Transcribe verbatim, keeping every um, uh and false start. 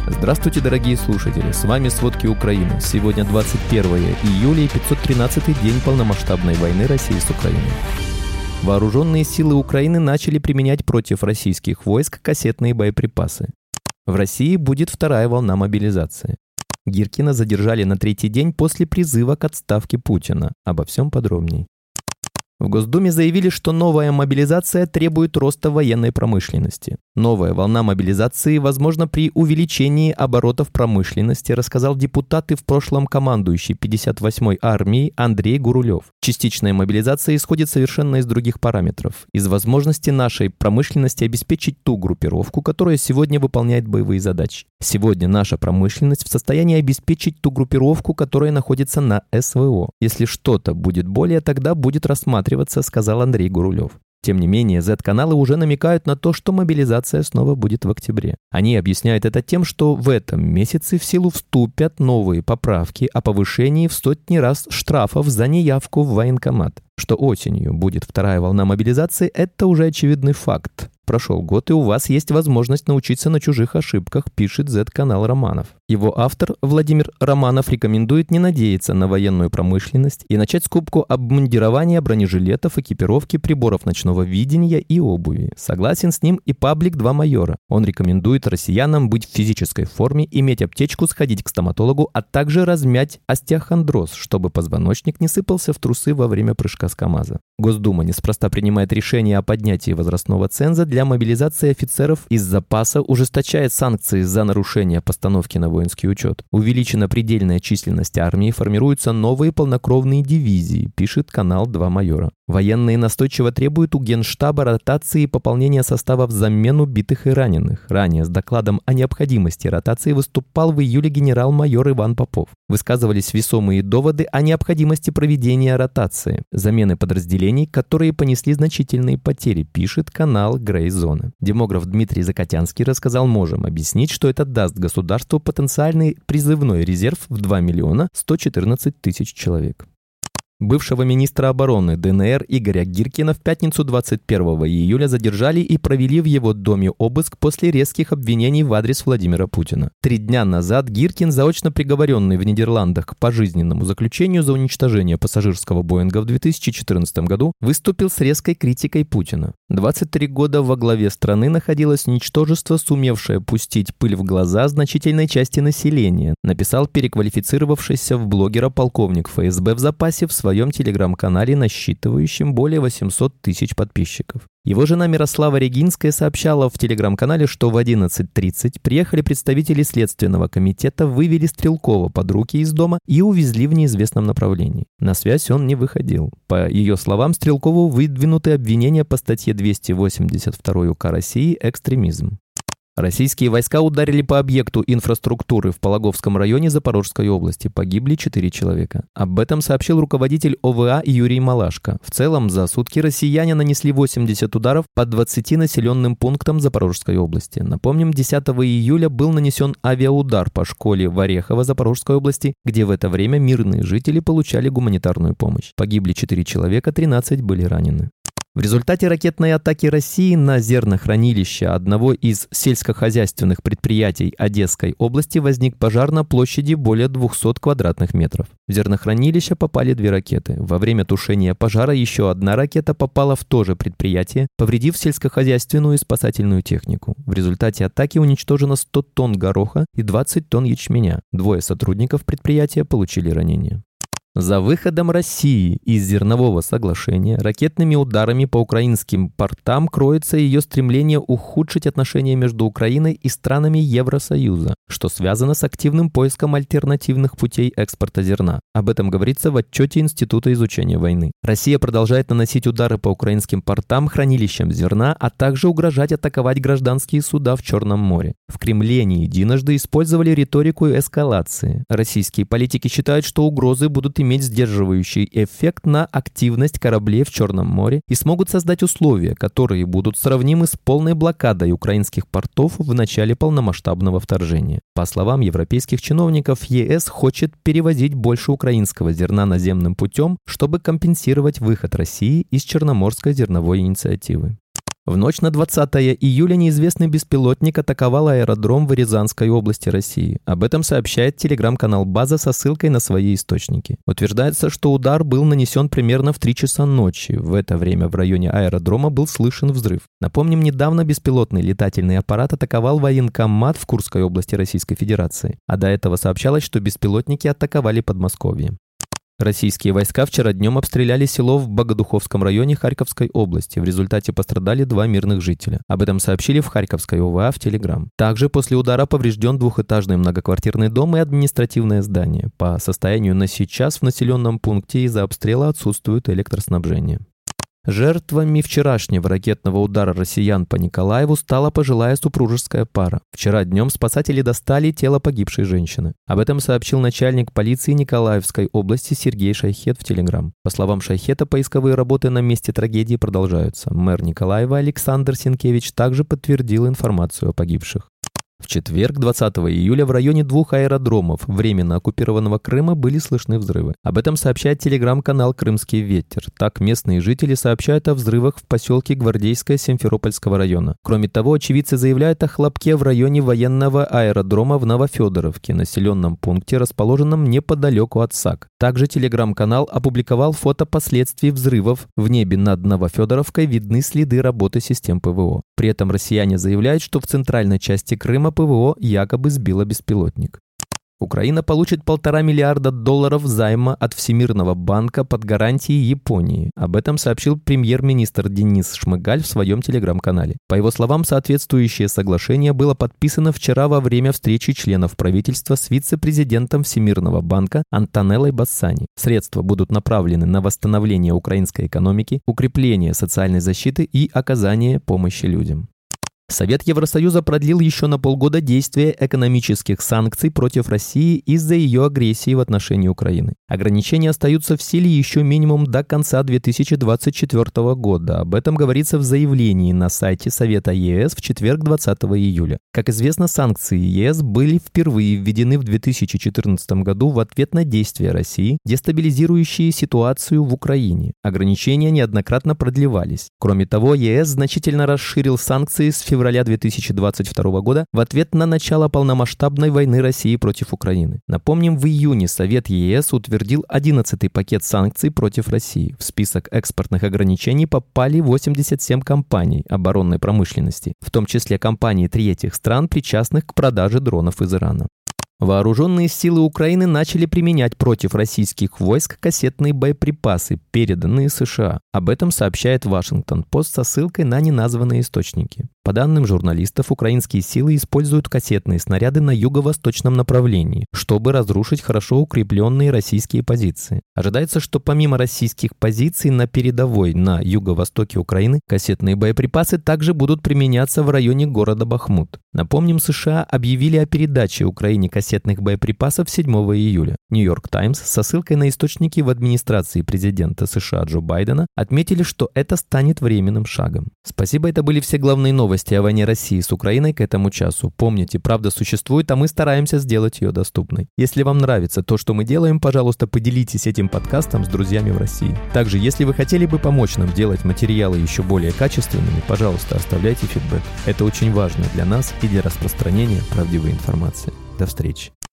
Здравствуйте, дорогие слушатели! С вами «Сводки Украины». Сегодня двадцать первое июля и пятьсот тринадцатый день полномасштабной войны России с Украиной. Вооруженные силы Украины начали применять против российских войск кассетные боеприпасы. В России будет вторая волна мобилизации. Гиркина задержали на третий день после призыва к отставке Путина. Обо всем подробней. В Госдуме заявили, что новая мобилизация требует роста военной промышленности. Новая волна мобилизации возможна при увеличении оборотов промышленности, рассказал депутат и в прошлом командующий пятьдесят восьмой армией Андрей Гурулев. Частичная мобилизация исходит совершенно из других параметров. Из возможности нашей промышленности обеспечить ту группировку, которая сегодня выполняет боевые задачи. Сегодня наша промышленность в состоянии обеспечить ту группировку, которая находится на СВО. Если что-то будет более, тогда будет рассматриваться, сказал Андрей Гурулев. Тем не менее, зет-каналы уже намекают на то, что мобилизация снова будет в октябре. Они объясняют это тем, что в этом месяце в силу вступят новые поправки о повышении в сотни раз штрафов за неявку в военкомат. Что осенью будет вторая волна мобилизации, это уже очевидный факт. Прошел год, и у вас есть возможность научиться на чужих ошибках, пишет зет-канал Романов. Его автор Владимир Романов рекомендует не надеяться на военную промышленность и начать скупку обмундирования, бронежилетов, экипировки, приборов ночного видения и обуви. Согласен с ним и паблик два майора. Он рекомендует россиянам быть в физической форме, иметь аптечку, сходить к стоматологу, а также размять остеохондроз, чтобы позвоночник не сыпался в трусы во время прыжка с КамАЗа. Госдума неспроста принимает решение о поднятии возрастного ценза для мобилизации офицеров из запаса, ужесточает санкции за нарушение постановки на воинский учет. Увеличена предельная численность армии, формируются новые полнокровные дивизии, пишет канал два майора. Военные настойчиво требуют у Генштаба ротации и пополнения состава взамен убитых и раненых. Ранее с докладом о необходимости ротации выступал в июле генерал-майор Иван Попов. Высказывались весомые доводы о необходимости проведения ротации, замены подразделений, которые понесли значительные потери, пишет канал Грей Зона. Демограф Дмитрий Закатянский рассказал, можем объяснить, что это даст государству потенциальный призывной резерв в два миллиона сто четырнадцать тысяч человек. Бывшего министра обороны ДНР Игоря Гиркина в пятницу двадцать первого июля задержали и провели в его доме обыск после резких обвинений в адрес Владимира Путина. Три дня назад Гиркин, заочно приговоренный в Нидерландах к пожизненному заключению за уничтожение пассажирского Боинга в две тысячи четырнадцатом году, выступил с резкой критикой Путина. двадцать три года во главе страны находилось ничтожество, сумевшее пустить пыль в глаза значительной части населения, написал переквалифицировавшийся в блогера полковник эф эс бэ в запасе в своем в своем телеграм-канале, насчитывающем более восемьсот тысяч подписчиков. Его жена Мирослава Регинская сообщала в телеграм-канале, что в одиннадцать тридцать приехали представители Следственного комитета, вывели Стрелкова под руки из дома и увезли в неизвестном направлении. На связь он не выходил. По ее словам, Стрелкову выдвинуты обвинения по статье двести восемьдесят два УК России «Экстремизм». Российские войска ударили по объекту инфраструктуры в Пологовском районе Запорожской области. Погибли четыре человека. Об этом сообщил руководитель о вэ а Юрий Малашко. В целом, за сутки россияне нанесли восемьдесят ударов по двадцати населенным пунктам Запорожской области. Напомним, десятого июля был нанесен авиаудар по школе в Орехово Запорожской области, где в это время мирные жители получали гуманитарную помощь. Погибли четыре человека, тринадцать были ранены. В результате ракетной атаки России на зернохранилище одного из сельскохозяйственных предприятий Одесской области возник пожар на площади более двухсот квадратных метров. В зернохранилище попали две ракеты. Во время тушения пожара еще одна ракета попала в то же предприятие, повредив сельскохозяйственную и спасательную технику. В результате атаки уничтожено сто тонн гороха и двадцать тонн ячменя. Двое сотрудников предприятия получили ранения. За выходом России из зернового соглашения ракетными ударами по украинским портам кроется ее стремление ухудшить отношения между Украиной и странами Евросоюза, что связано с активным поиском альтернативных путей экспорта зерна. Об этом говорится в отчете Института изучения войны. Россия продолжает наносить удары по украинским портам, хранилищам зерна, а также угрожать атаковать гражданские суда в Черном море. В Кремле не единожды использовали риторику эскалации. Российские политики считают, что угрозы будут иметь сдерживающий эффект на активность кораблей в Черном море и смогут создать условия, которые будут сравнимы с полной блокадой украинских портов в начале полномасштабного вторжения. По словам европейских чиновников, е эс хочет перевозить больше украинского зерна наземным путем, чтобы компенсировать выход России из Черноморской зерновой инициативы. В ночь на двадцатое июля неизвестный беспилотник атаковал аэродром в Рязанской области России. Об этом сообщает телеграм-канал «База» со ссылкой на свои источники. Утверждается, что удар был нанесен примерно в три часа ночи. В это время в районе аэродрома был слышен взрыв. Напомним, недавно беспилотный летательный аппарат атаковал военкомат в Курской области Российской Федерации. А до этого сообщалось, что беспилотники атаковали Подмосковье. Российские войска вчера днем обстреляли село в Богодуховском районе Харьковской области. В результате пострадали два мирных жителя. Об этом сообщили в Харьковской ОВА в Телеграм. Также после удара поврежден двухэтажный многоквартирный дом и административное здание. По состоянию на сейчас в населенном пункте из-за обстрела отсутствует электроснабжение. Жертвами вчерашнего ракетного удара россиян по Николаеву стала пожилая супружеская пара. Вчера днем спасатели достали тело погибшей женщины. Об этом сообщил начальник полиции Николаевской области Сергей Шайхет в Телеграм. По словам Шайхета, поисковые работы на месте трагедии продолжаются. Мэр Николаева Александр Сенкевич также подтвердил информацию о погибших. В четверг, двадцатого июля, в районе двух аэродромов временно оккупированного Крыма были слышны взрывы. Об этом сообщает телеграм-канал «Крымский ветер». Так, местные жители сообщают о взрывах в поселке Гвардейское Симферопольского района. Кроме того, очевидцы заявляют о хлопке в районе военного аэродрома в Новофедоровке, населенном пункте, расположенном неподалеку от САК. Также телеграм-канал опубликовал фото последствий взрывов. В небе над Новофедоровкой видны следы работы систем ПВО. При этом россияне заявляют, что в центральной части Крыма ПВО якобы сбило беспилотник. Украина получит полтора миллиарда долларов займа от Всемирного банка под гарантией Японии. Об этом сообщил премьер-министр Денис Шмыгаль в своем телеграм-канале. По его словам, соответствующее соглашение было подписано вчера во время встречи членов правительства с вице-президентом Всемирного банка Антонеллой Бассани. Средства будут направлены на восстановление украинской экономики, укрепление социальной защиты и оказание помощи людям. Совет Евросоюза продлил еще на полгода действие экономических санкций против России из-за ее агрессии в отношении Украины. Ограничения остаются в силе еще минимум до конца две тысячи двадцать четвёртого года. Об этом говорится в заявлении на сайте Совета ЕС в четверг, двадцатого июля. Как известно, санкции ЕС были впервые введены в две тысячи четырнадцатом году в ответ на действия России, дестабилизирующие ситуацию в Украине. Ограничения неоднократно продлевались. Кроме того, ЕС значительно расширил санкции с февраля февраля две тысячи двадцать второго года в ответ на начало полномасштабной войны России против Украины. Напомним, в июне Совет ЕС утвердил одиннадцатый пакет санкций против России. В список экспортных ограничений попали восемьдесят семь компаний оборонной промышленности, в том числе компании третьих стран, причастных к продаже дронов из Ирана. Вооруженные силы Украины начали применять против российских войск кассетные боеприпасы, переданные США. Об этом сообщает Вашингтон-Пост со ссылкой на неназванные источники. По данным журналистов, украинские силы используют кассетные снаряды на юго-восточном направлении, чтобы разрушить хорошо укрепленные российские позиции. Ожидается, что помимо российских позиций на передовой на юго-востоке Украины, кассетные боеприпасы также будут применяться в районе города Бахмут. Напомним, США объявили о передаче Украине кассетных боеприпасов седьмого июля. Нью-Йорк Таймс со ссылкой на источники в администрации президента США Джо Байдена отметили, что это станет временным шагом. Спасибо, это были все главные новости о войне России с Украиной к этому часу. Помните, правда существует, а мы стараемся сделать ее доступной. Если вам нравится то, что мы делаем, пожалуйста, поделитесь этим подкастом с друзьями в России. Также, если вы хотели бы помочь нам делать материалы еще более качественными, пожалуйста, оставляйте фидбэк. Это очень важно для нас и для распространения правдивой информации. До встречи.